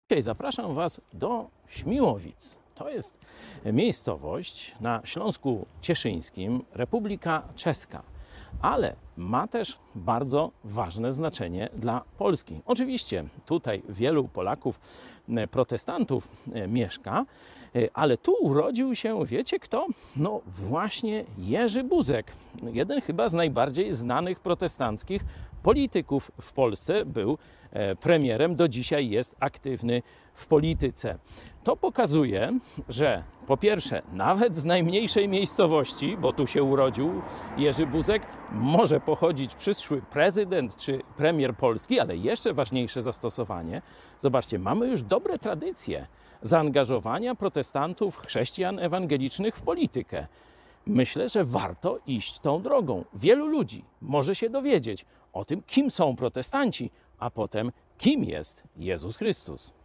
Dzisiaj zapraszam Was do Śmiłowic. To jest miejscowość na Śląsku Cieszyńskim, Republika Czeska, ale ma też bardzo ważne znaczenie dla Polski. Oczywiście tutaj wielu Polaków, protestantów mieszka, ale tu urodził się, wiecie kto? No właśnie Jerzy Buzek. Jeden chyba z najbardziej znanych protestanckich polityków w Polsce. Był premierem, do dzisiaj jest aktywny w polityce. To pokazuje, że po pierwsze, nawet z najmniejszej miejscowości, bo tu się urodził Jerzy Buzek, może pochodzić przyszły prezydent czy premier Polski, ale jeszcze ważniejsze zastosowanie. Zobaczcie, mamy już dobre tradycje zaangażowania protestantów, chrześcijan ewangelicznych w politykę. Myślę, że warto iść tą drogą. Wielu ludzi może się dowiedzieć o tym, kim są protestanci, a potem kim jest Jezus Chrystus.